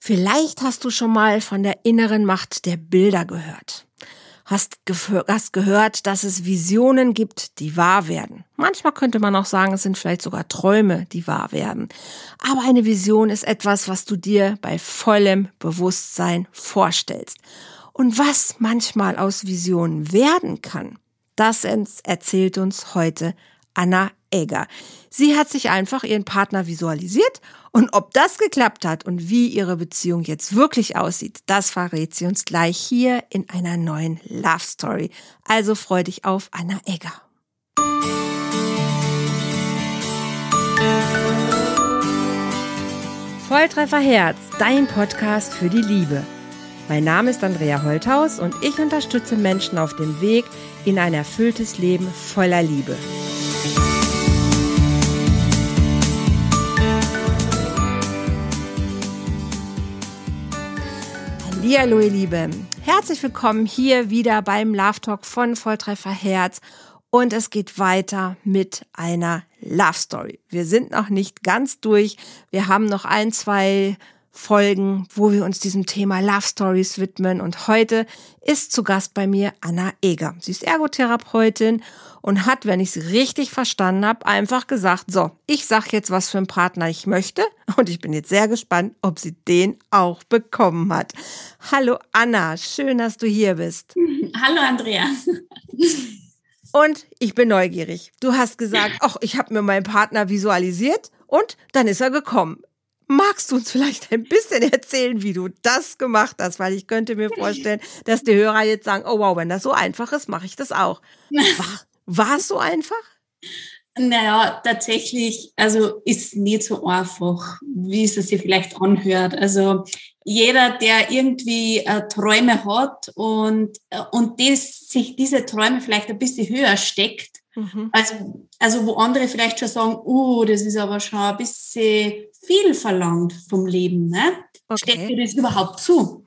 Vielleicht hast du schon mal von der inneren Macht der Bilder gehört. Hast gehört, dass es Visionen gibt, die wahr werden. Manchmal könnte man auch sagen, es sind vielleicht sogar Träume, die wahr werden. Aber eine Vision ist etwas, was du dir bei vollem Bewusstsein vorstellst. Und was manchmal aus Visionen werden kann, das erzählt uns heute Anna Egger. Sie hat sich einfach ihren Partner visualisiert und ob das geklappt hat und wie ihre Beziehung jetzt wirklich aussieht, das verrät sie uns gleich hier in einer neuen Love Story. Also freu dich auf Anna Egger. Volltreffer Herz, dein Podcast für die Liebe. Mein Name ist Andrea Holthaus und ich unterstütze Menschen auf dem Weg in ein erfülltes Leben voller Liebe. Hallihallo, ihr Lieben. Herzlich willkommen hier wieder beim Love Talk von Volltreffer Herz und es geht weiter mit einer Love Story. Wir sind noch nicht ganz durch. Wir haben noch 1-2 Folgen, wo wir uns diesem Thema Love Stories widmen und heute ist zu Gast bei mir Anna Egger. Sie ist Ergotherapeutin und hat, wenn ich sie richtig verstanden habe, einfach gesagt, so, ich sag jetzt, was für einen Partner ich möchte und ich bin jetzt sehr gespannt, ob sie den auch bekommen hat. Hallo Anna, schön, dass du hier bist. Hallo Andrea. Und ich bin neugierig. Du hast gesagt, ach, ich habe mir meinen Partner visualisiert und dann ist er gekommen. Magst du uns vielleicht ein bisschen erzählen, wie du das gemacht hast? Weil ich könnte mir vorstellen, dass die Hörer jetzt sagen, oh wow, wenn das so einfach ist, mache ich das auch. War es so einfach? Naja, tatsächlich, also ist nicht so einfach, wie es sich vielleicht anhört. Also jeder, der irgendwie Träume hat und sich diese Träume vielleicht ein bisschen höher steckt, also wo andere vielleicht schon sagen, das ist aber schon ein bisschen viel verlangt vom Leben, ne? Okay. Steckt dir das überhaupt zu?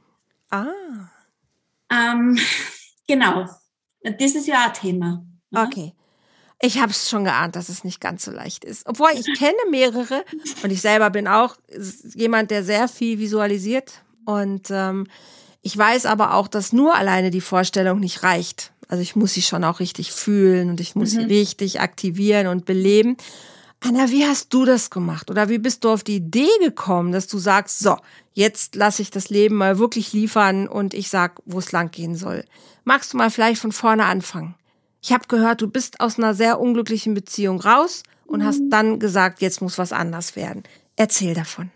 Genau, das ist ja ein Thema. Ne? Okay. Ich habe es schon geahnt, dass es nicht ganz so leicht ist. Obwohl ich kenne mehrere und ich selber bin auch jemand, der sehr viel visualisiert. Und ich weiß aber auch, dass nur alleine die Vorstellung nicht reicht. Also ich muss sie schon auch richtig fühlen und ich muss sie richtig aktivieren und beleben. Anna, wie hast du das gemacht? Oder wie bist du auf die Idee gekommen, dass du sagst, so, jetzt lasse ich das Leben mal wirklich liefern und ich sag, wo es lang gehen soll. Magst du mal vielleicht von vorne anfangen? Ich habe gehört, du bist aus einer sehr unglücklichen Beziehung raus und hast dann gesagt, jetzt muss was anders werden. Erzähl davon.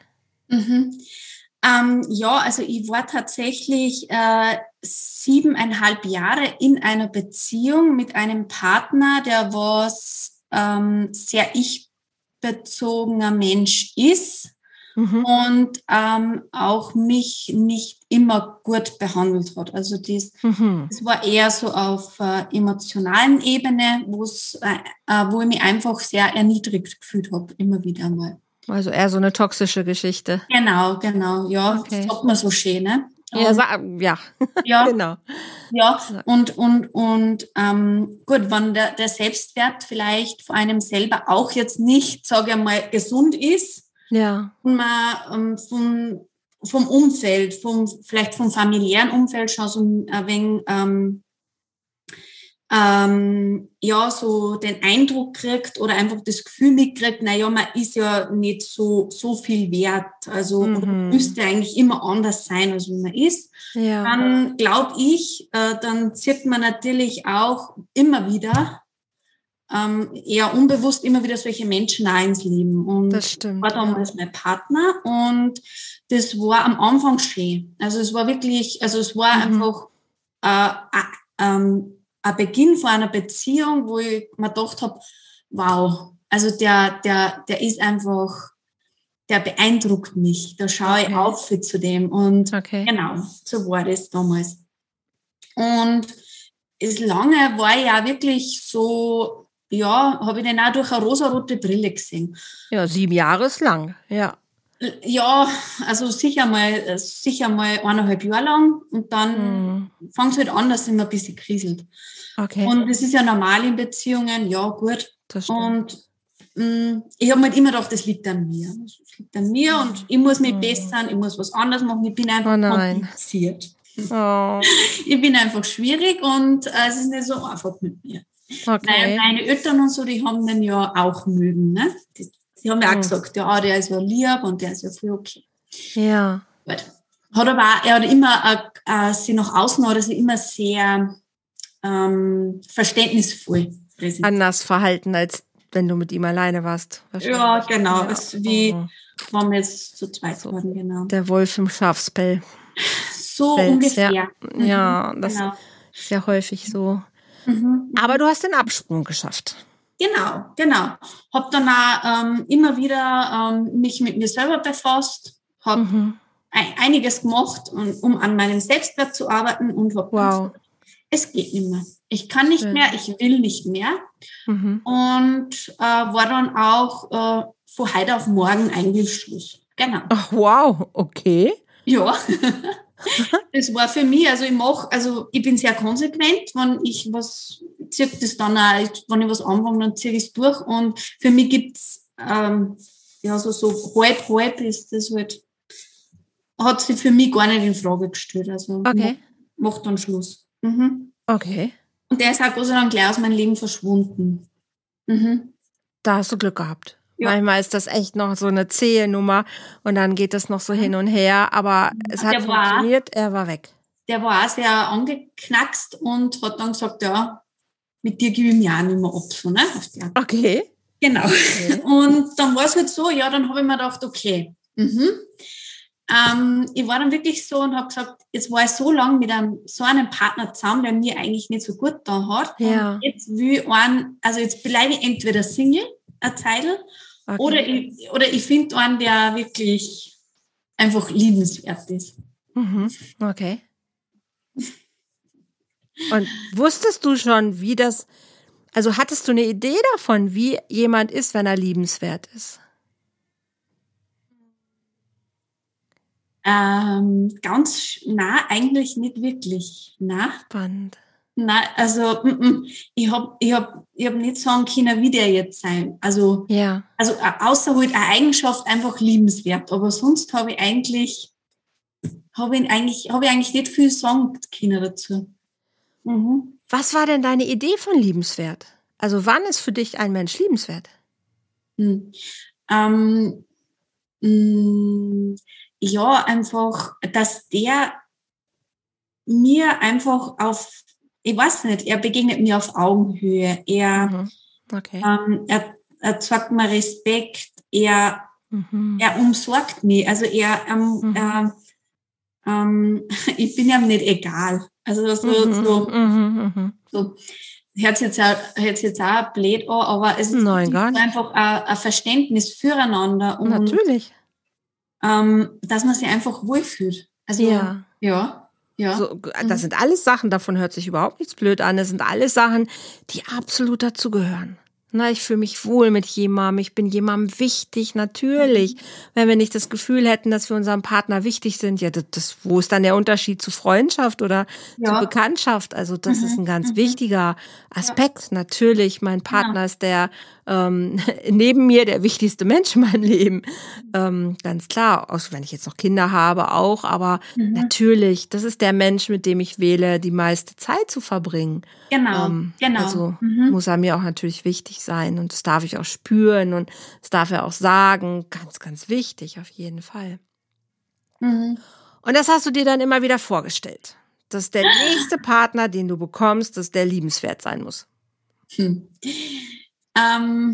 Ja, also ich war tatsächlich 7,5 Jahre in einer Beziehung mit einem Partner, der was sehr ich-bezogener Mensch ist und auch mich nicht immer gut behandelt hat. Also das war eher so auf emotionalen Ebene, wo ich mich einfach sehr erniedrigt gefühlt habe, immer wieder mal. Also eher so eine toxische Geschichte. Genau, ja, okay. Das sagt man so schön, ne? Ja, genau. Ja, und gut, wenn der Selbstwert vielleicht vor einem selber auch jetzt nicht, sage ich mal, gesund ist, ja. und man vom Umfeld, vielleicht vom familiären Umfeld schon so ein wenig so den Eindruck kriegt oder einfach das Gefühl mitkriegt, naja, man ist ja nicht so viel wert, also müsste eigentlich immer anders sein, als man ist. Ja. Dann glaube ich, dann sieht man natürlich auch immer wieder, eher unbewusst immer wieder solche Menschen auch ins Leben. Und das stimmt, war damals mein Partner und das war am Anfang schön. Also es war wirklich, es war einfach ein Beginn von einer Beziehung, wo ich mir gedacht habe, wow, also der ist einfach, der beeindruckt mich. Da schaue ich auf zu dem. Und genau, so war das damals. Und lange war ich ja wirklich so, ja, habe ich den auch durch eine rosarote Brille gesehen. Ja, 7 Jahre ist lang, ja. Ja, also sicher mal 1,5 Jahre lang und dann fängt es halt an, dass es immer ein bisschen kriselt. Okay. Und das ist ja normal in Beziehungen, ja gut. Das stimmt. Ich habe mir halt immer gedacht, das liegt an mir. Das liegt an mir und ich muss mich bessern, ich muss was anderes machen. Ich bin einfach kompliziert. Oh. Ich bin einfach schwierig und es ist nicht so einfach mit mir. Okay. Weil meine Eltern und so, die haben den ja auch mögen. Ne? Die haben ja auch gesagt, ja, der ist ja lieb und der ist ja voll okay. Ja. Gut. Hat aber auch, er hat immer, sie nach außen hat er sich immer sehr verständnisvoll präsentiert. Anders verhalten, als wenn du mit ihm alleine warst. Ja, genau. Ja. Es wie waren wir jetzt zu zweit geworden, genau. Der Wolf im Schafspell. So ungefähr. Ja, ja, das ist ja häufig so. Aber du hast den Absprung geschafft. Genau. Hab dann auch immer wieder mich mit mir selber befasst, hab einiges gemacht, um an meinem Selbstwert zu arbeiten und hab gesagt, es geht nicht mehr. Ich kann nicht mehr, ich will nicht mehr. Und war dann auch von heute auf morgen eigentlich Schluss. Genau. Ach, wow, okay. Ja. Das war für mich, also ich bin sehr konsequent, wenn ich was ziehe, das dann auch, wenn ich was anfange, dann ziehe ich es durch. Und für mich gibt's so halb ist das halt, hat sich für mich gar nicht in Frage gestellt. Also macht dann Schluss. Okay. Und der ist auch Gott sei Dank gleich aus meinem Leben verschwunden. Da hast du Glück gehabt. Ja. Manchmal ist das echt noch so eine zähe Nummer und dann geht das noch so hin und her, aber es hat funktioniert, er war weg. Der war auch sehr angeknackst und hat dann gesagt, ja, mit dir gebe ich mich auch nicht mehr ab. So, ne? Okay. Genau. Okay. Und dann war es halt so, ja, dann habe ich mir gedacht, okay. Ich war dann wirklich so und habe gesagt, jetzt war ich so lange mit so einem Partner zusammen, der mir eigentlich nicht so gut da hat. Ja. Und jetzt jetzt bleibe ich entweder Single, eine Zeit, oder ich finde einen, der wirklich einfach liebenswert ist. Okay. Und wusstest du schon, wie das, also hattest du eine Idee davon, wie jemand ist, wenn er liebenswert ist? Eigentlich nicht wirklich. Spannend. Nein, also ich hab nicht sagen können, wie der jetzt sein. Also außer halt eine Eigenschaft einfach liebenswert. Aber sonst habe ich eigentlich nicht viel sagen können dazu. Was war denn deine Idee von liebenswert? Also wann ist für dich ein Mensch liebenswert? Ja, einfach, dass der mir einfach ich weiß nicht, er begegnet mir auf Augenhöhe. Er zeigt mir Respekt. Er umsorgt mich. Also ich bin ihm nicht egal. Also so hört sich jetzt auch blöd an, aber es ist einfach ein Verständnis füreinander und natürlich. Dass man sich einfach wohlfühlt. Also ja. So, das sind alles Sachen, davon hört sich überhaupt nichts blöd an. Das sind alles Sachen, die absolut dazugehören. Ich fühle mich wohl mit jemandem, ich bin jemandem wichtig, natürlich. Wenn wir nicht das Gefühl hätten, dass wir unserem Partner wichtig sind, wo ist dann der Unterschied zu Freundschaft oder zu Bekanntschaft? Also das ist ein ganz wichtiger Aspekt. Natürlich, mein Partner ist der neben mir der wichtigste Mensch in meinem Leben. Ganz klar, auch wenn ich jetzt noch Kinder habe auch, aber natürlich, das ist der Mensch, mit dem ich wähle, die meiste Zeit zu verbringen. Genau. Also muss er mir auch natürlich wichtig sein und das darf ich auch spüren und das darf er auch sagen. Ganz, ganz wichtig, auf jeden Fall. Und das hast du dir dann immer wieder vorgestellt, dass der nächste Partner, den du bekommst, dass der liebenswert sein muss. Ein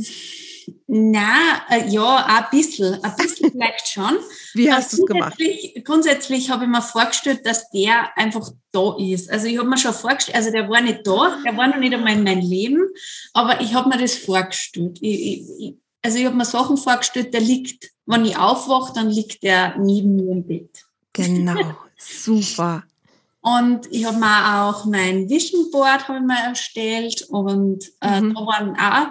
bisschen vielleicht schon. Wie hast du es gemacht? Grundsätzlich habe ich mir vorgestellt, dass der einfach da ist. Also ich habe mir schon vorgestellt, also der war nicht da, der war noch nicht einmal in meinem Leben, aber ich habe mir das vorgestellt. Ich habe mir Sachen vorgestellt, der liegt, wenn ich aufwache, dann liegt der neben mir im Bett. Genau, super. Und ich habe mir auch mein Vision Board erstellt und da waren auch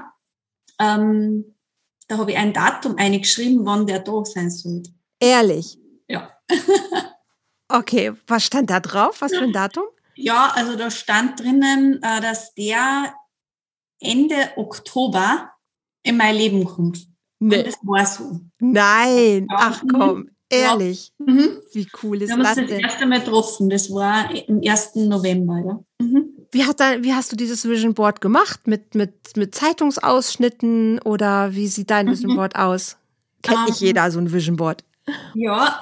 da habe ich ein Datum eingeschrieben, wann der da sein soll. Ehrlich? Ja. Okay, was stand da drauf? Was für ein Datum? Ja, also da stand drinnen, dass der Ende Oktober in mein Leben kommt. Nee. Und das war so. Nein, Ja, ach komm, ehrlich. Ja. Mhm. Wie cool ist Wir haben uns das das denn? erste Mal getroffen. Das war am 1. November. Ja. Mhm. Wie hast du dieses Vision Board gemacht? Mit Zeitungsausschnitten oder wie sieht dein Vision Board aus? Kennt nicht jeder so ein Vision Board. Ja,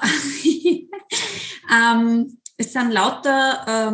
es sind lauter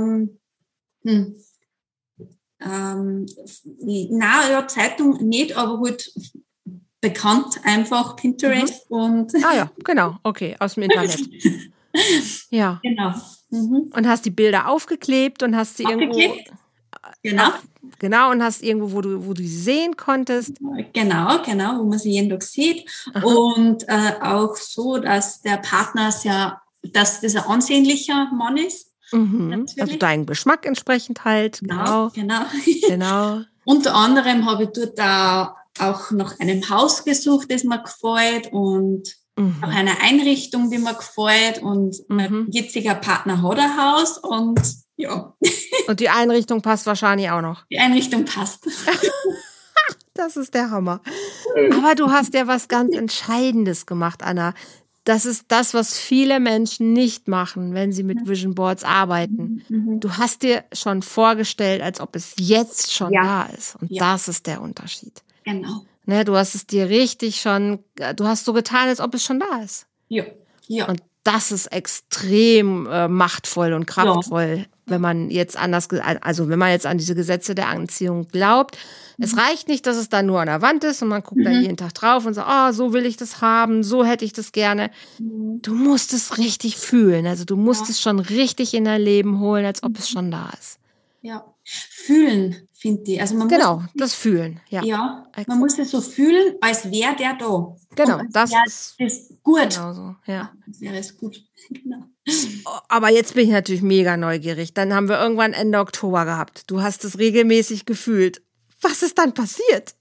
ja, Zeitung nicht, aber halt bekannt einfach Pinterest und Ah ja, genau, okay, aus dem Internet. Ja. genau. Mhm. Und hast die Bilder aufgeklebt und hast sie irgendwo Genau. genau und hast irgendwo, wo du sie sehen konntest. Genau, wo man sie jeden Tag sieht. Aha. Und auch so, dass der Partner dass das ein ansehnlicher Mann ist. Mhm. Also deinen Geschmack entsprechend halt. Genau. Unter anderem habe ich dort auch nach einem Haus gesucht, das mir gefällt und nach einer Einrichtung, die mir gefällt. Und mein jetziger Partner hat ein Haus und ja. Und die Einrichtung passt wahrscheinlich auch noch. Die Einrichtung passt. Das ist der Hammer. Aber du hast ja was ganz Entscheidendes gemacht, Anna. Das ist das, was viele Menschen nicht machen, wenn sie mit Vision Boards arbeiten. Du hast dir schon vorgestellt, als ob es jetzt schon da ist. Und das ist der Unterschied. Genau. Ne, du hast es dir du hast so getan, als ob es schon da ist. Ja. Und das ist extrem machtvoll und kraftvoll, wenn man jetzt wenn man jetzt an diese Gesetze der Anziehung glaubt. Es reicht nicht, dass es da nur an der Wand ist und man guckt da jeden Tag drauf und sagt, oh, so will ich das haben, so hätte ich das gerne. Du musst es richtig fühlen. Also du musst es schon richtig in dein Leben holen, als ob es schon da ist. Ja, fühlen, finde ich. Also man muss das Fühlen. Ja, man muss es so fühlen, als wäre der da. Genau, das ist gut. Genau so, ja. Das wäre es gut. Genau. Aber jetzt bin ich natürlich mega neugierig. Dann haben wir irgendwann Ende Oktober gehabt. Du hast es regelmäßig gefühlt. Was ist dann passiert?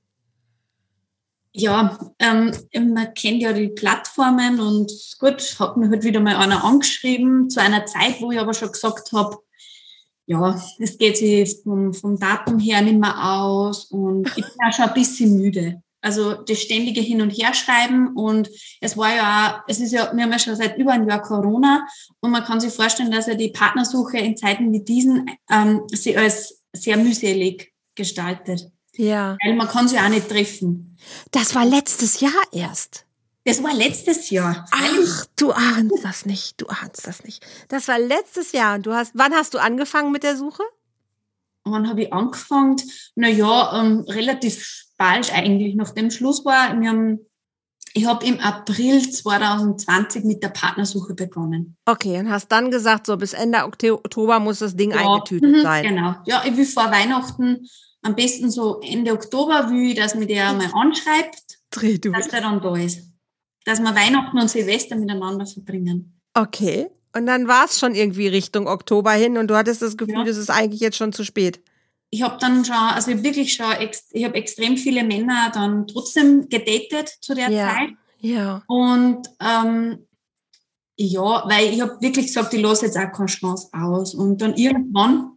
Ja, man kennt ja die Plattformen und gut, hat mir halt wieder mal einer angeschrieben, zu einer Zeit, wo ich aber schon gesagt habe, ja, das geht sich vom Datum her nicht mehr aus und ich bin auch schon ein bisschen müde. Also das ständige Hin- und Herschreiben und wir haben ja schon seit über einem Jahr Corona und man kann sich vorstellen, dass ja die Partnersuche in Zeiten wie diesen sich als sehr mühselig gestaltet. Ja. Weil man kann sich auch nicht treffen. Das war letztes Jahr erst. Das war letztes Jahr. Ach, du ahnst das nicht. Das war letztes Jahr. Und wann hast du angefangen mit der Suche? Wann habe ich angefangen? Relativ bald eigentlich, nachdem Schluss war. Ich habe im April 2020 mit der Partnersuche begonnen. Okay, und hast dann gesagt, so bis Ende Oktober muss das Ding eingetütet sein. Genau. Ja, ich will vor Weihnachten, am besten so Ende Oktober, will ich, dass mir der mal anschreibt, dass der dann da ist. Dass wir Weihnachten und Silvester miteinander verbringen. Okay. Und dann war es schon irgendwie Richtung Oktober hin und du hattest das Gefühl, es ist eigentlich jetzt schon zu spät. Ich habe dann schon, also ich habe extrem viele Männer dann trotzdem gedatet zu der Zeit. Ja. Und weil ich habe wirklich gesagt, ich lasse jetzt auch keine Chance aus. Und dann irgendwann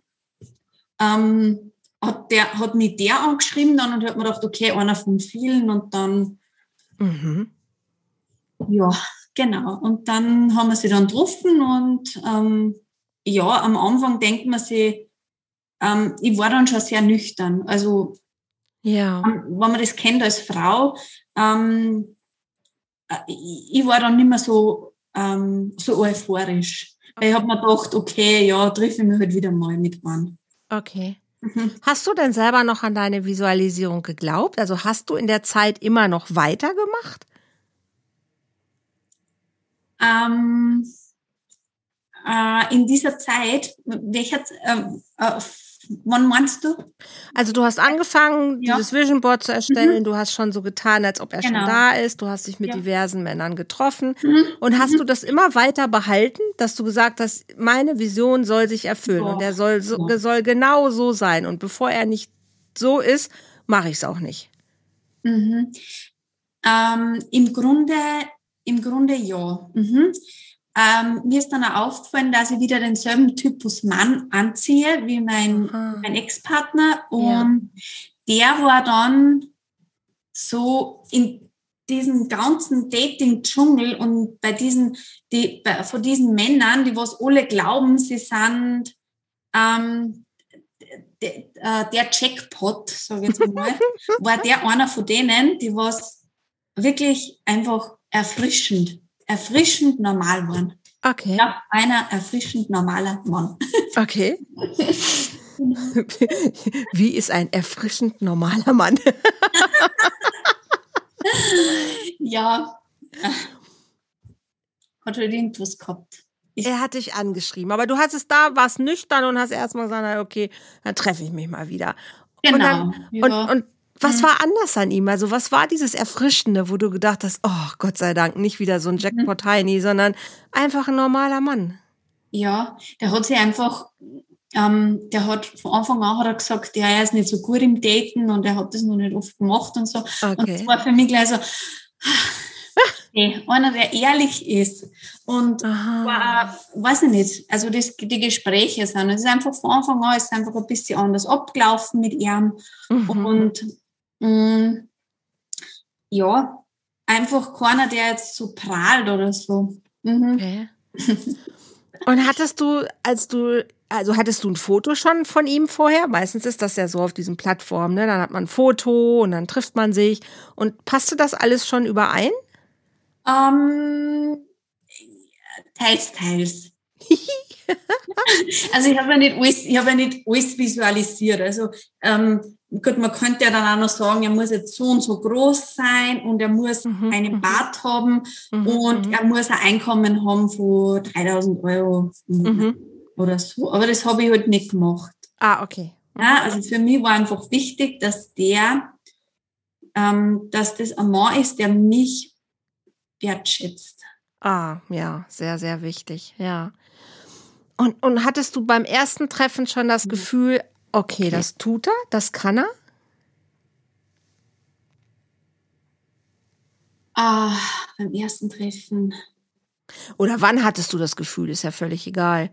hat mich der angeschrieben dann und hat mir gedacht, okay, einer von vielen und dann ja, genau. Und dann haben wir sie dann getroffen und am Anfang denkt man sich, ich war dann schon sehr nüchtern. Also wenn man das kennt als Frau, ich war dann nicht mehr so euphorisch. Weil ich habe mir gedacht, okay, ja, treffe ich mich halt wieder mal mit einem. Okay. Hast du denn selber noch an deine Visualisierung geglaubt? Also hast du in der Zeit immer noch weitergemacht? In dieser Zeit, wann meinst du? Also du hast angefangen, dieses Vision Board zu erstellen. Du hast schon so getan, als ob er schon da ist. Du hast dich mit diversen Männern getroffen. Und hast du das immer weiter behalten, dass du gesagt hast, meine Vision soll sich erfüllen und er soll genau so sein. Und bevor er nicht so ist, mache ich es auch nicht. Im Grunde ja. Mir ist dann auch aufgefallen, dass ich wieder denselben Typus Mann anziehe wie mein Ex-Partner. Und der war dann so in diesen ganzen Dating-Dschungel und von diesen Männern, die was alle glauben, sie sind der Jackpot, sage ich jetzt mal, war der einer von denen, die was wirklich einfach erfrischend normal waren. Okay. Ja, einer erfrischend normaler Mann. Okay. Wie ist ein erfrischend normaler Mann? Ja, hat halt irgendwas gehabt. Er hat dich angeschrieben, aber du hattest warst nüchtern und hast erstmal gesagt, okay, dann treffe ich mich mal wieder. Genau. Und was war anders an ihm? Also was war dieses Erfrischende, wo du gedacht hast, oh Gott sei Dank, nicht wieder so ein Jackpot-Heini, sondern einfach ein normaler Mann? Ja, der hat sich einfach, der hat von Anfang an hat er gesagt, ja, er ist nicht so gut im Daten und er hat das noch nicht oft gemacht und so. Okay. Und das war für mich gleich so, okay, einer, der ehrlich ist. Und war, weiß ich nicht, also die Gespräche sind, es ist einfach von Anfang an, es ist einfach ein bisschen anders abgelaufen mit ihm. Und ja, einfach keiner, der jetzt so prahlt oder so. Okay. Und hattest du ein Foto schon von ihm vorher? Meistens ist das ja so auf diesen Plattformen, ne? Dann hat man ein Foto und dann trifft man sich. Und passte das alles schon überein? Teils. Also ich habe ja nicht alles visualisiert. Also gut, man könnte ja dann auch noch sagen, er muss jetzt so und so groß sein und er muss einen Bart haben und er muss ein Einkommen haben von 3.000 Euro oder so. Aber das habe ich halt nicht gemacht. Ah, okay. Ja, also für mich war einfach wichtig, dass dass das ein Mann ist, der mich wertschätzt. Ah, ja, sehr, sehr wichtig, ja. Und hattest du beim ersten Treffen schon das Gefühl, okay, das tut er, das kann er? Beim ersten Treffen. Oder wann hattest du das Gefühl? Ist ja völlig egal.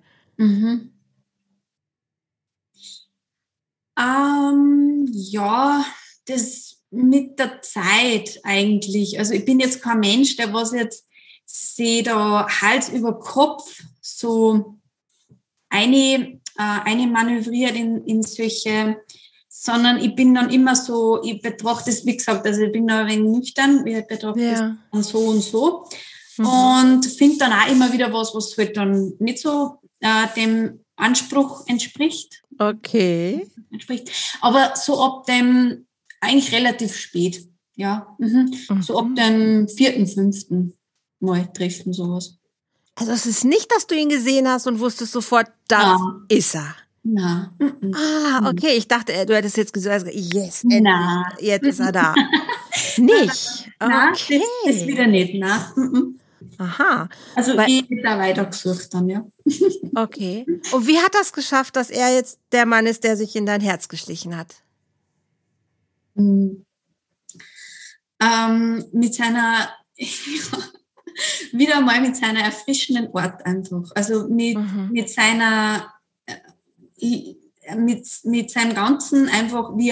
Ja, das mit der Zeit eigentlich. Also ich bin jetzt kein Mensch, der was jetzt sich da Hals über Kopf so eine manövriert in solche, sondern ich bin dann immer so, ich betrachte es, wie gesagt, also ich bin da ein wenig nüchtern, ich betrachte es dann so und so und finde dann auch immer wieder was halt dann nicht so dem Anspruch entspricht. Okay. Aber so ab dem, eigentlich relativ spät, ja. So ab dem 4., 5. Mal treffen, sowas. Also es ist nicht, dass du ihn gesehen hast und wusstest sofort, das ist er. Na. Ah, okay. Ich dachte, du hättest jetzt gesagt, yes, endlich, jetzt ist er da. Nicht? Okay. Das wieder nicht, na. Aha. Also ich hätte da weitergesucht dann, ja. Okay. Und wie hat das geschafft, dass er jetzt der Mann ist, der sich in dein Herz geschlichen hat? Mit seiner, wieder mal mit seiner erfrischenden Art einfach. Also mit seiner, mit seinem Ganzen einfach, wie er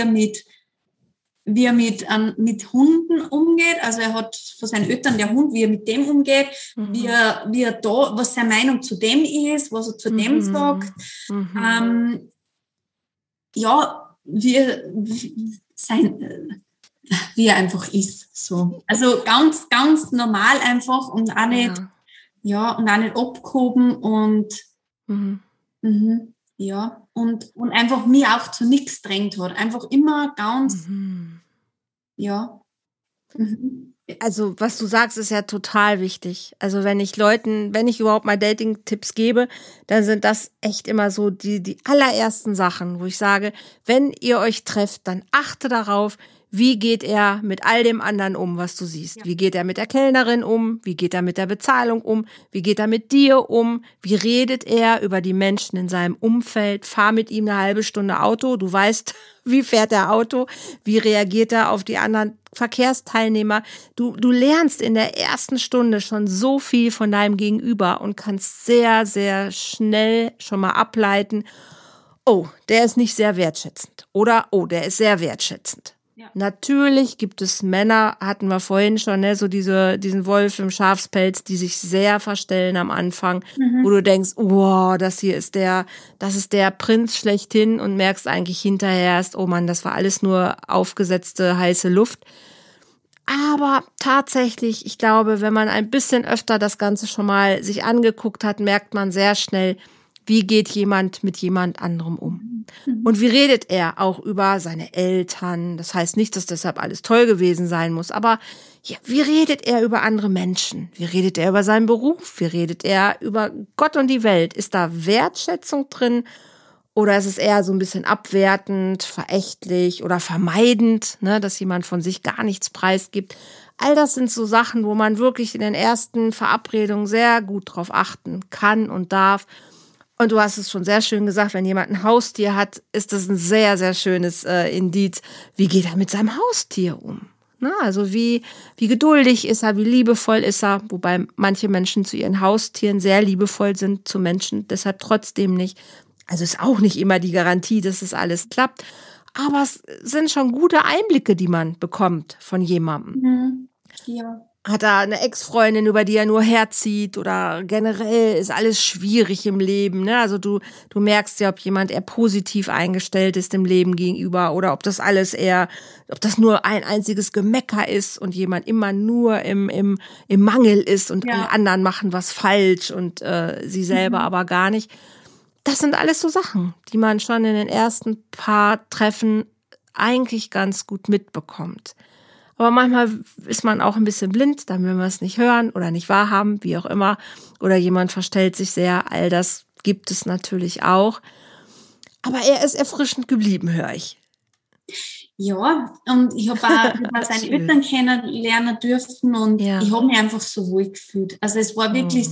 mit Hunden umgeht. Also er hat von seinen Eltern der Hund, wie er mit dem umgeht, wie er da, was seine Meinung zu dem ist, was er zu dem sagt. Ja, wie er einfach ist. So. Also ganz, ganz normal einfach und auch nicht, und auch nicht abgehoben und ja, und einfach mich auch zu nichts drängt hat. Einfach immer ganz, ja. Also, was du sagst, ist ja total wichtig. Also, wenn ich überhaupt mal Dating-Tipps gebe, dann sind das echt immer so die allerersten Sachen, wo ich sage, wenn ihr euch trefft, dann achte darauf, wie geht er mit all dem anderen um, was du siehst? Wie geht er mit der Kellnerin um? Wie geht er mit der Bezahlung um? Wie geht er mit dir um? Wie redet er über die Menschen in seinem Umfeld? Fahr mit ihm eine halbe Stunde Auto. Du weißt, wie fährt er Auto? Wie reagiert er auf die anderen Verkehrsteilnehmer? Du lernst in der ersten Stunde schon so viel von deinem Gegenüber und kannst sehr, sehr schnell schon mal ableiten, oh, der ist nicht sehr wertschätzend oder oh, der ist sehr wertschätzend. Natürlich gibt es Männer, hatten wir vorhin schon, ne, so diesen Wolf im Schafspelz, die sich sehr verstellen am Anfang, wo du denkst, wow, das ist der Prinz schlechthin und merkst eigentlich hinterher erst, oh Mann, das war alles nur aufgesetzte heiße Luft. Aber tatsächlich, ich glaube, wenn man ein bisschen öfter das Ganze schon mal sich angeguckt hat, merkt man sehr schnell, wie geht jemand mit jemand anderem um. Und wie redet er auch über seine Eltern? Das heißt nicht, dass deshalb alles toll gewesen sein muss, aber ja, wie redet er über andere Menschen? Wie redet er über seinen Beruf? Wie redet er über Gott und die Welt? Ist da Wertschätzung drin? Oder ist es eher so ein bisschen abwertend, verächtlich oder vermeidend, ne, dass jemand von sich gar nichts preisgibt? All das sind so Sachen, wo man wirklich in den ersten Verabredungen sehr gut drauf achten kann und darf. Und du hast es schon sehr schön gesagt, wenn jemand ein Haustier hat, ist das ein sehr, sehr schönes Indiz. Wie geht er mit seinem Haustier um? Na, also wie geduldig ist er, wie liebevoll ist er, wobei manche Menschen zu ihren Haustieren sehr liebevoll sind, zu Menschen deshalb trotzdem nicht. Also ist auch nicht immer die Garantie, dass es alles klappt. Aber es sind schon gute Einblicke, die man bekommt von jemandem. Ja. Hat er eine Ex-Freundin, über die er nur herzieht, oder generell ist alles schwierig im Leben, ne? Also du merkst ja, ob jemand eher positiv eingestellt ist dem Leben gegenüber oder ob das nur ein einziges Gemecker ist und jemand immer nur im Mangel ist und alle anderen machen was falsch und sie selber aber gar nicht. Das sind alles so Sachen, die man schon in den ersten paar Treffen eigentlich ganz gut mitbekommt. Aber manchmal ist man auch ein bisschen blind, dann will man es nicht hören oder nicht wahrhaben, wie auch immer. Oder jemand verstellt sich sehr. All das gibt es natürlich auch. Aber er ist erfrischend geblieben, höre ich. Ja, und ich habe auch seine Eltern kennenlernen dürfen und ich habe mich einfach so wohl gefühlt. Also es war wirklich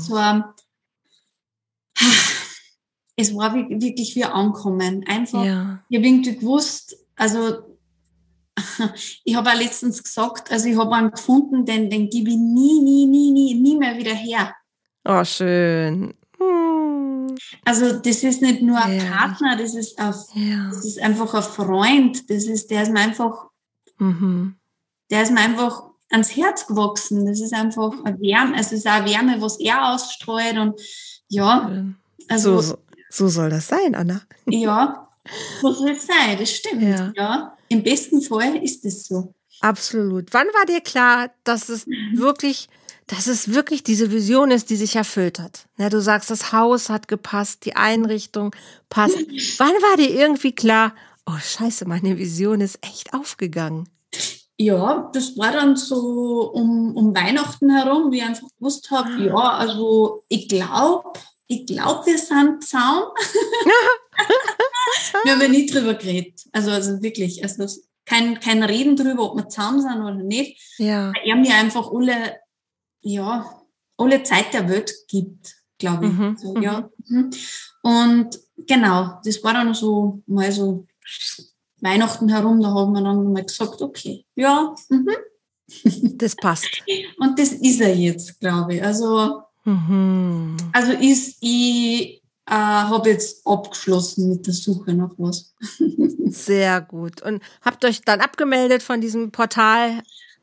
es war wirklich wie Ankommen. Einfach, ich habe irgendwie gewusst, also ich habe auch letztens gesagt, also ich habe einen gefunden, den gebe ich nie mehr wieder her. Oh, schön. Also das ist nicht nur ein Partner, das ist einfach ein Freund, der ist mir einfach, der ist mir einfach ans Herz gewachsen. Das ist einfach eine Wärme, also es ist auch eine Wärme, was er ausstrahlt und also so soll das sein, Anna. Ja, so soll es sein, das stimmt, ja. Im besten Fall ist es so. Absolut. Wann war dir klar, dass es wirklich diese Vision ist, die sich erfüllt hat? Ja, du sagst, das Haus hat gepasst, die Einrichtung passt. Wann war dir irgendwie klar, oh Scheiße, meine Vision ist echt aufgegangen? Ja, das war dann so um Weihnachten herum, wie ich einfach gewusst habe, also ich glaube, wir sind zusammen. Wir haben ja nie drüber geredet. Also wirklich, also kein Reden drüber, ob wir zusammen sind oder nicht. Ja. Weil er mir einfach alle Zeit der Welt gibt, glaube ich. So, Und genau, das war dann so mal so Weihnachten herum, da haben wir dann mal gesagt, okay, das passt. Und das ist er jetzt, glaube ich. Also ich habe jetzt abgeschlossen mit der Suche nach was. Sehr gut. Und habt euch dann abgemeldet von diesem Portal?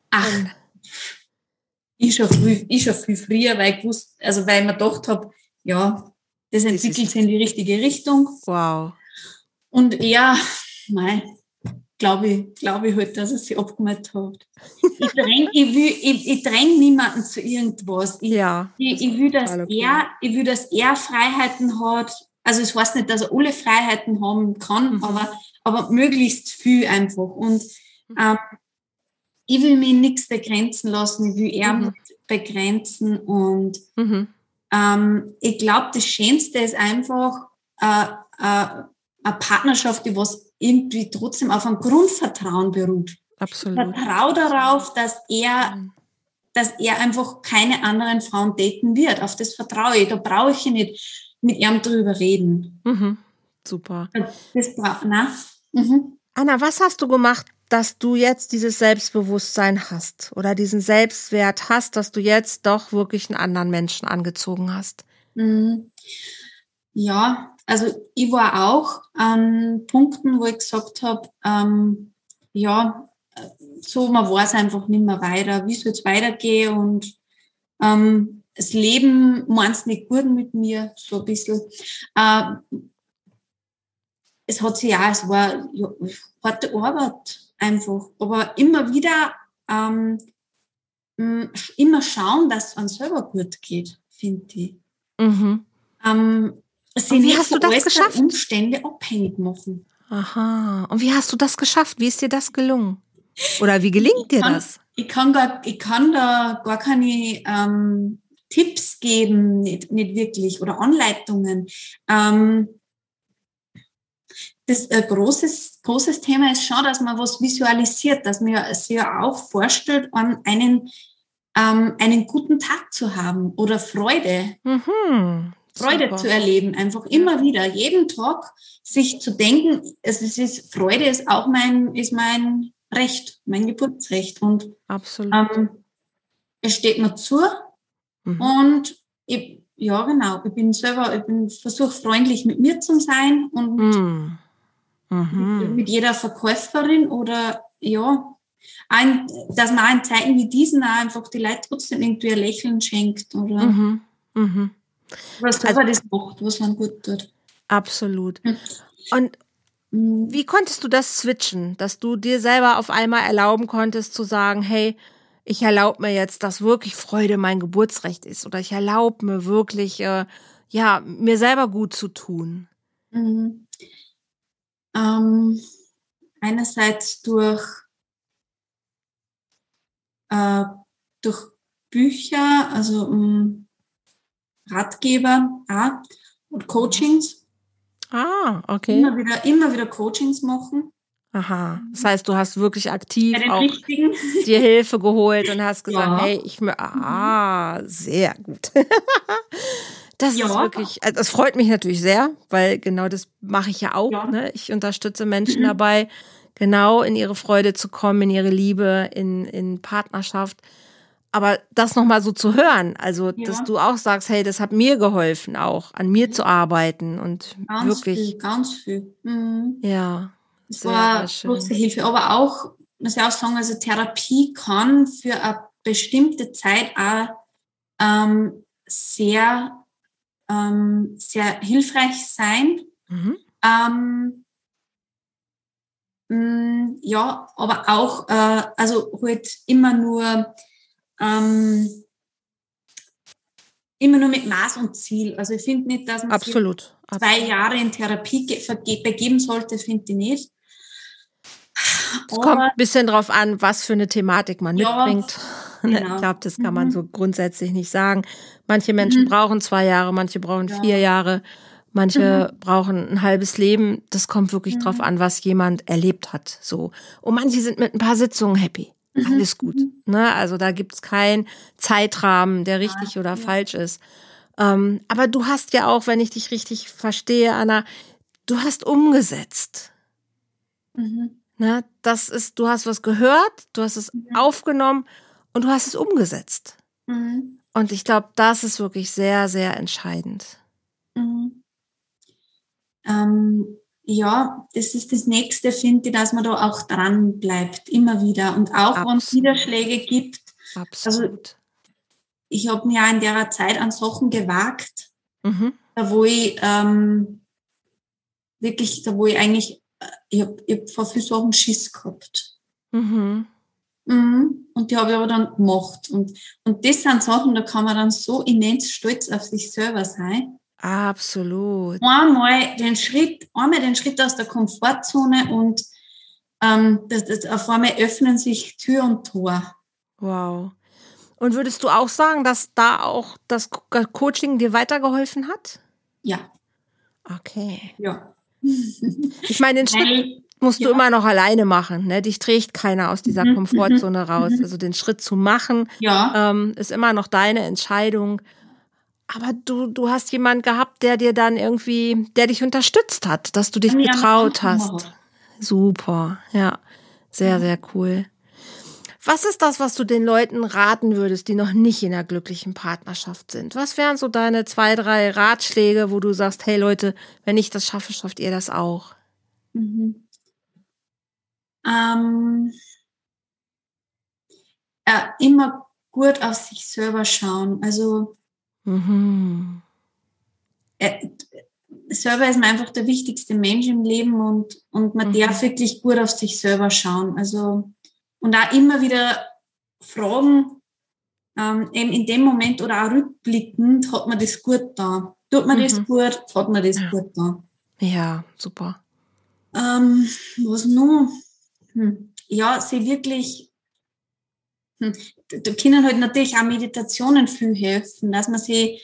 Ich schon viel früher, weil ich wusste, also weil ich mir gedacht habe, das entwickelt sich in die richtige Richtung. Wow. Und er, glaube ich halt, dass er sich abgemeldet hat. Ich dräng niemanden zu irgendwas. Ich will, dass er Freiheiten hat. Also es heißt nicht, dass er alle Freiheiten haben kann, aber möglichst viel einfach. Und ich will mich nichts begrenzen lassen, ich will er nicht begrenzen. Und ich glaube, das Schönste ist einfach eine Partnerschaft, die was irgendwie trotzdem auf einem Grundvertrauen beruht. Absolut. Ich vertraue darauf, dass er einfach keine anderen Frauen daten wird. Auf das vertraue ich. Da brauche ich nicht mit ihm drüber reden. Super. Anna, was hast du gemacht, dass du jetzt dieses Selbstbewusstsein hast oder diesen Selbstwert hast, dass du jetzt doch wirklich einen anderen Menschen angezogen hast? Ja, also ich war auch an Punkten, wo ich gesagt habe, so, man weiß einfach nicht mehr weiter, wie soll es weitergehen und das Leben meint's nicht gut mit mir, so ein bisschen. Äh, es war ja, harte Arbeit einfach, aber immer wieder immer schauen, dass es uns selber gut geht, finde ich. Mhm. Sie Und wie nicht hast du von das äußeren geschafft? Umstände abhängig machen. Aha. Und wie hast du das geschafft? Wie ist dir das gelungen? Oder wie gelingt dir das? Ich kann da gar keine Tipps geben, nicht wirklich, oder Anleitungen. Das großes Thema ist schon, dass man was visualisiert, dass man sich ja auch vorstellt, einen guten Tag zu haben oder Mhm. Freude zu Super. erleben, einfach Ja, immer wieder, jeden Tag sich zu denken, Freude ist auch ist mein Recht, mein Geburtsrecht und absolut. ähm, es steht mir zu Mhm. und ja genau, versuche freundlich mit mir zu sein und Mhm. Mhm. mit jeder Verkäuferin oder ja, dass man in Zeiten wie diesen auch einfach die Leute trotzdem irgendwie ein Lächeln schenkt Mhm. Mhm. oder Also selber das macht, was man gut tut. absolut. Und wie konntest du das switchen, dass du dir selber auf einmal erlauben konntest zu sagen, hey, ich erlaube mir jetzt, dass wirklich Freude mein Geburtsrecht ist oder ich erlaube mir wirklich, ja, mir selber gut zu tun. Mhm. Ähm, einerseits äh, durch Bücher, also Ratgeber auch, und Mhm. Coachings. Ah, okay. Immer wieder Coachings machen. Aha. Das heißt, du hast wirklich Bei aktiv den auch richtigen. dir Hilfe geholt und hast gesagt, Ja. hey, Mhm. sehr gut. Das ist Ja. wirklich, also das freut mich natürlich sehr, weil genau das mache ich ja auch, Ja. ne? Ich unterstütze Menschen Mhm. dabei, genau in ihre Freude zu kommen, in ihre Liebe, in Partnerschaft. Aber das nochmal so zu hören, also, dass Ja. du auch sagst, hey, das hat mir geholfen, auch an mir zu Mhm. arbeiten und wirklich, Ganz viel. Mhm. ja, Das sehr, sehr war schön. große Hilfe. Aber auch, muss ich auch sagen, also Therapie kann für eine bestimmte Zeit auch sehr hilfreich sein. Mhm. Ähm, ja, aber auch, also halt ähm, immer nur mit Maß und Ziel. Also ich finde nicht, dass man sich Absolut, 2 absolut. Jahre in Therapie begeben sollte, finde ich nicht. Es kommt Aber ein bisschen drauf an, was für eine Thematik man ja, mitbringt. Ich genau. glaube, das kann man so Mhm. grundsätzlich nicht sagen. Manche Menschen Mhm. brauchen 2 Jahre, manche brauchen Ja. 4 Jahre, manche Mhm. brauchen ein halbes Leben. Das kommt wirklich drauf Mhm. an, was jemand erlebt hat. So. Und manche sind mit ein paar Sitzungen happy. Mhm. Alles gut. Mhm. Ne? Also da gibt's keinen Zeitrahmen, der Ja, richtig oder ja. falsch ist. Aber du hast ja auch, wenn ich dich richtig verstehe, Anna, du hast umgesetzt. Mhm. Ne? Du hast was gehört, du hast es Mhm. aufgenommen und du hast es umgesetzt. Mhm. Und ich glaube, das ist wirklich sehr, sehr entscheidend. Mhm. Ja, das ist das Nächste, finde ich, dass man da auch dran bleibt, immer wieder. Und auch wenn es Absolut, Niederschläge gibt, also absolut. ich habe mir ja in der Zeit an Sachen gewagt, Mhm. da wo ich da wo ich eigentlich, ich hab vor vielen Sachen Schiss gehabt. Mhm. Mhm. Und die habe ich aber dann gemacht. Und das sind Sachen, da kann man dann so immens stolz auf sich selber sein. Absolut. Einmal den Schritt aus der Komfortzone und auf einmal öffnen sich Tür und Tor. Wow. Und würdest du auch sagen, dass da auch das Coaching dir weitergeholfen hat? Ja, Okay. ja. Ich meine, den Schritt Weil, musst du ja, immer noch alleine machen, ne? Dich trägt keiner aus dieser mhm, mhm, Komfortzone raus. mhm. Also den Schritt zu machen, Ja, ist immer noch deine Entscheidung. Aber du hast jemand gehabt, der dir dann irgendwie, der dich unterstützt hat, dass du der dich mich an der Hand getraut genommen hast. hat. Super, ja. Sehr, Mhm. sehr cool. Was ist das, was du den Leuten raten würdest, die noch nicht in einer glücklichen Partnerschaft sind? Was wären so deine 2, 3 Ratschläge, wo du sagst, hey Leute, wenn ich das schaffe, schafft ihr das auch? Mhm. Ähm, immer gut auf sich selber schauen. Also selber ist man einfach der wichtigste Mensch im Leben und man darf wirklich gut auf sich selber schauen. Also und auch immer wieder fragen, eben in dem Moment oder auch rückblickend, hat man das gut da? Tut man das gut? Hat man das gut da? Ja, super. Was noch? Ja, sie wirklich, da können halt natürlich auch Meditationen viel helfen, dass man sie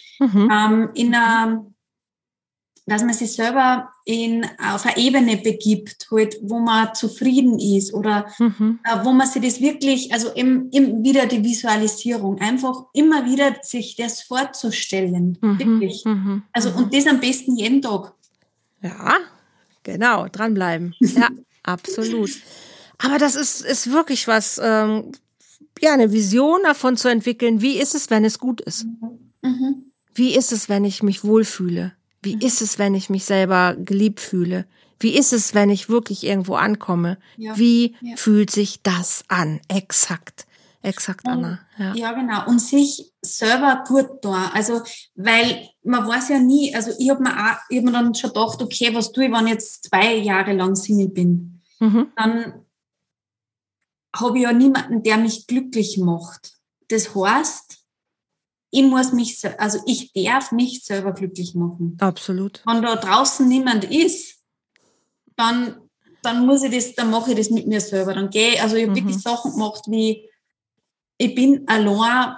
dass man sich selber auf eine Ebene begibt, halt, wo man zufrieden ist oder wo man sich das wirklich, also eben wieder die Visualisierung, einfach immer wieder sich das vorzustellen, wirklich. Also und das am besten jeden Tag. Ja, genau, dranbleiben. Ja, absolut. Aber das ist wirklich was, ja, eine Vision davon zu entwickeln, wie ist es, wenn es gut ist? Wie ist es, wenn ich mich wohlfühle? Wie ist es, wenn ich mich selber geliebt fühle? Wie ist es, wenn ich wirklich irgendwo ankomme? Ja. Wie fühlt sich das an? Exakt, Anna. Ja, genau. Und sich selber gut tun. Also, weil man weiß ja nie, also ich hab mir dann schon gedacht, okay, was tue ich, wenn ich jetzt 2 Jahre lang Single bin? Dann habe ich ja niemanden, der mich glücklich macht. Das heißt, ich darf mich selber glücklich machen. Absolut. Wenn da draußen niemand ist, dann mache ich das mit mir selber. Dann gehe ich, also ich habe wirklich Sachen gemacht, wie ich bin allein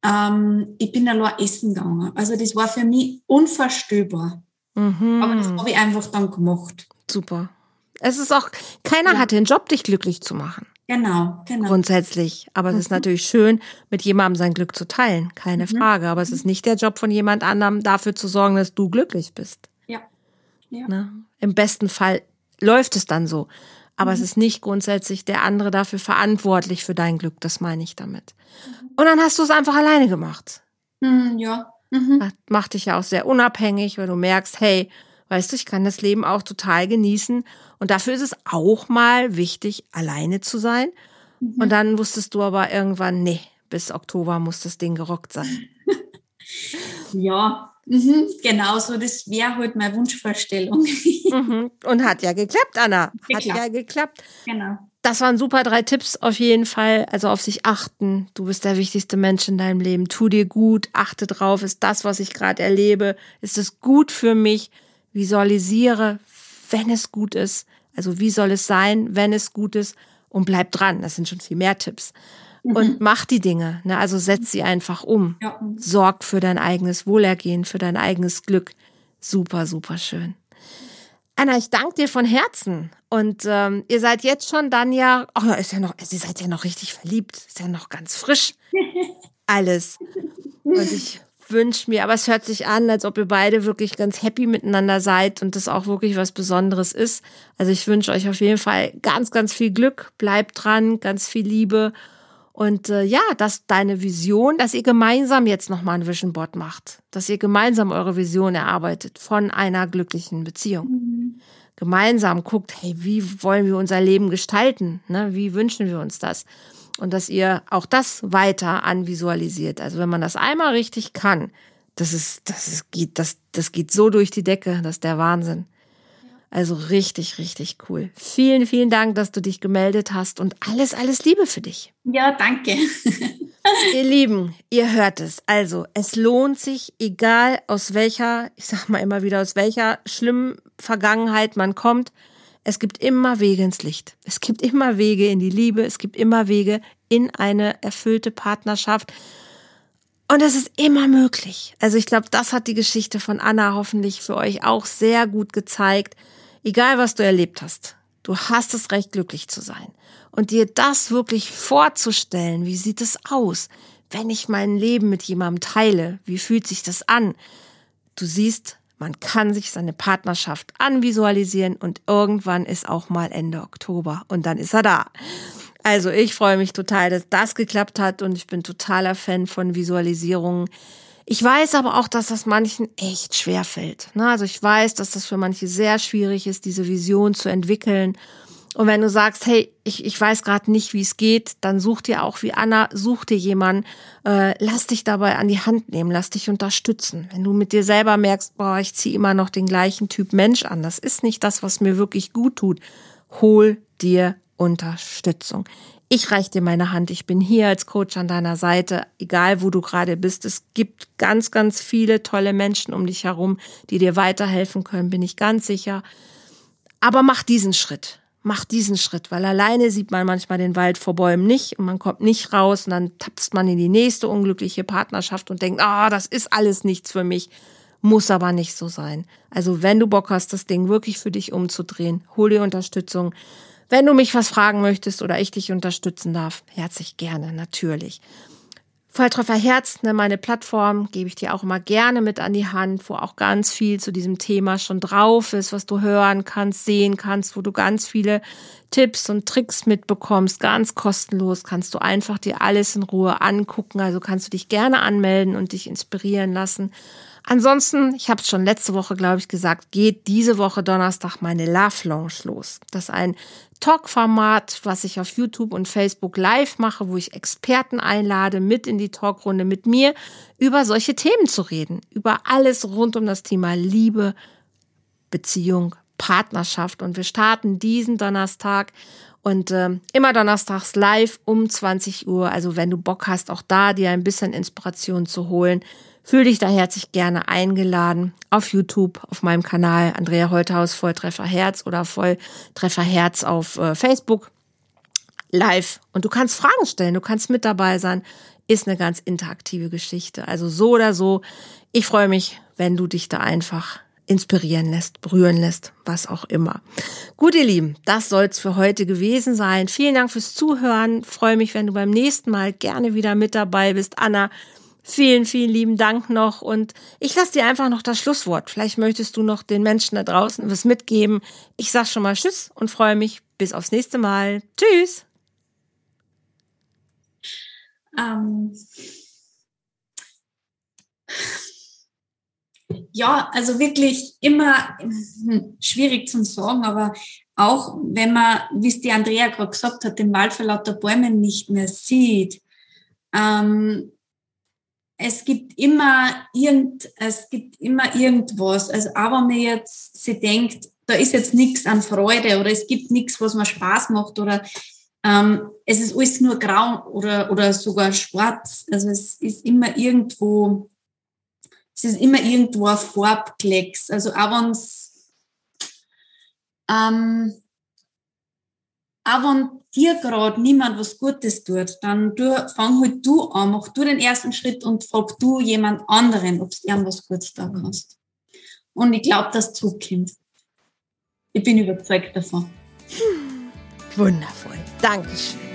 essen gegangen. Also das war für mich unvorstellbar. Aber das habe ich einfach dann gemacht. Super. Es ist auch, keiner hat den Job, dich glücklich zu machen. Genau. Grundsätzlich. Aber es ist natürlich schön, mit jemandem sein Glück zu teilen. Keine Frage. Aber es ist nicht der Job von jemand anderem, dafür zu sorgen, dass du glücklich bist. Ja. Ne? Im besten Fall läuft es dann so. Aber es ist nicht grundsätzlich der andere dafür verantwortlich für dein Glück. Das meine ich damit. Und dann hast du es einfach alleine gemacht. Ja. Das macht dich ja auch sehr unabhängig, weil du merkst, hey, weißt du, ich kann das Leben auch total genießen. Und dafür ist es auch mal wichtig, alleine zu sein. Und dann wusstest du aber irgendwann, nee, bis Oktober muss das Ding gerockt sein. Ja, genau so. Das wäre halt meine Wunschvorstellung. Und hat ja geklappt, Anna. Hat ja geklappt. Genau. Das waren super 3 Tipps auf jeden Fall. Also auf sich achten. Du bist der wichtigste Mensch in deinem Leben. Tu dir gut, achte drauf. Ist das, was ich gerade erlebe, ist es gut für mich? Visualisiere, wenn es gut ist. Also wie soll es sein, wenn es gut ist? Und bleib dran. Das sind schon viel mehr Tipps. Und mach die Dinge. Ne? Also setz sie einfach um. Ja. Sorg für dein eigenes Wohlergehen, für dein eigenes Glück. Super, super schön. Anna, ich danke dir von Herzen. Und ihr seid jetzt schon dann ja, ihr seid ja noch richtig verliebt. Ist ja noch ganz frisch. Alles. Und ich wünsche mir, aber es hört sich an, als ob ihr beide wirklich ganz happy miteinander seid und das auch wirklich was Besonderes ist. Also ich wünsche euch auf jeden Fall ganz, ganz viel Glück. Bleibt dran, ganz viel Liebe. Und dass deine Vision, dass ihr gemeinsam jetzt nochmal ein Vision Board macht. Dass ihr gemeinsam eure Vision erarbeitet von einer glücklichen Beziehung. Gemeinsam guckt, hey, wie wollen wir unser Leben gestalten? Ne? Wie wünschen wir uns das? Und dass ihr auch das weiter anvisualisiert. Also wenn man das einmal richtig kann, das geht so durch die Decke, das ist der Wahnsinn. Also richtig, richtig cool. Vielen, vielen Dank, dass du dich gemeldet hast und alles, alles Liebe für dich. Ja, danke. Ihr Lieben, ihr hört es. Also, es lohnt sich, egal aus welcher, ich sag mal immer wieder, aus welcher schlimmen Vergangenheit man kommt, es gibt immer Wege ins Licht. Es gibt immer Wege in die Liebe. Es gibt immer Wege in eine erfüllte Partnerschaft. Und es ist immer möglich. Also ich glaube, das hat die Geschichte von Anna hoffentlich für euch auch sehr gut gezeigt. Egal, was du erlebt hast, du hast das Recht, glücklich zu sein. Und dir das wirklich vorzustellen, wie sieht es aus, wenn ich mein Leben mit jemandem teile? Wie fühlt sich das an? Du siehst, man kann sich seine Partnerschaft anvisualisieren und irgendwann ist auch mal Ende Oktober und dann ist er da. Also ich freue mich total, dass das geklappt hat und ich bin totaler Fan von Visualisierungen. Ich weiß aber auch, dass das manchen echt schwer fällt. Also ich weiß, dass das für manche sehr schwierig ist, diese Vision zu entwickeln. Und wenn du sagst, hey, ich weiß gerade nicht, wie es geht, dann such dir auch wie Anna, such dir jemanden, lass dich dabei an die Hand nehmen, lass dich unterstützen. Wenn du mit dir selber merkst, boah, ich ziehe immer noch den gleichen Typ Mensch an, das ist nicht das, was mir wirklich gut tut, hol dir Unterstützung. Ich reiche dir meine Hand, ich bin hier als Coach an deiner Seite, egal wo du gerade bist. Es gibt ganz, ganz viele tolle Menschen um dich herum, die dir weiterhelfen können, bin ich ganz sicher. Aber mach diesen Schritt, weil alleine sieht man manchmal den Wald vor Bäumen nicht und man kommt nicht raus und dann tapst man in die nächste unglückliche Partnerschaft und denkt, das ist alles nichts für mich. Muss aber nicht so sein. Also wenn du Bock hast, das Ding wirklich für dich umzudrehen, hol dir Unterstützung. Wenn du mich was fragen möchtest oder ich dich unterstützen darf, herzlich gerne, natürlich. Volltreffer Herz, meine Plattform, gebe ich dir auch immer gerne mit an die Hand, wo auch ganz viel zu diesem Thema schon drauf ist, was du hören kannst, sehen kannst, wo du ganz viele Tipps und Tricks mitbekommst, ganz kostenlos, kannst du einfach dir alles in Ruhe angucken, also kannst du dich gerne anmelden und dich inspirieren lassen. Ansonsten, ich habe es schon letzte Woche, glaube ich, gesagt, geht diese Woche Donnerstag meine Love Lounge los. Das ist ein Talk-Format, was ich auf YouTube und Facebook live mache, wo ich Experten einlade, mit in die Talkrunde mit mir über solche Themen zu reden. Über alles rund um das Thema Liebe, Beziehung, Partnerschaft. Und wir starten diesen Donnerstag und immer donnerstags live um 20 Uhr. Also wenn du Bock hast, auch da dir ein bisschen Inspiration zu holen, fühl dich da herzlich gerne eingeladen auf YouTube, auf meinem Kanal Andrea Holthaus Volltreffer Herz oder Volltreffer Herz auf Facebook live. Und du kannst Fragen stellen, du kannst mit dabei sein. Ist eine ganz interaktive Geschichte. Also so oder so. Ich freue mich, wenn du dich da einfach inspirieren lässt, berühren lässt, was auch immer. Gut, ihr Lieben, das soll's für heute gewesen sein. Vielen Dank fürs Zuhören. Freue mich, wenn du beim nächsten Mal gerne wieder mit dabei bist. Anna, vielen, vielen lieben Dank noch und ich lasse dir einfach noch das Schlusswort. Vielleicht möchtest du noch den Menschen da draußen was mitgeben. Ich sag schon mal Tschüss und freue mich bis aufs nächste Mal. Tschüss! Ja, also wirklich immer schwierig zu sagen, aber auch wenn man, wie es die Andrea gerade gesagt hat, den Wald vor lauter Bäumen nicht mehr sieht, es gibt immer irgendwas. Also auch wenn man jetzt sich denkt, da ist jetzt nichts an Freude oder es gibt nichts, was mir Spaß macht oder es ist alles nur grau oder sogar schwarz. Also es ist immer irgendwo ein Farbklecks. Also auch wenn dir gerade niemand was Gutes tut, dann fang halt du an, mach du den ersten Schritt und frag du jemand anderen, ob du irgendwas Gutes da kannst. Und ich glaube, dass es zurückkommt. Ich bin überzeugt davon. Wundervoll. Dankeschön.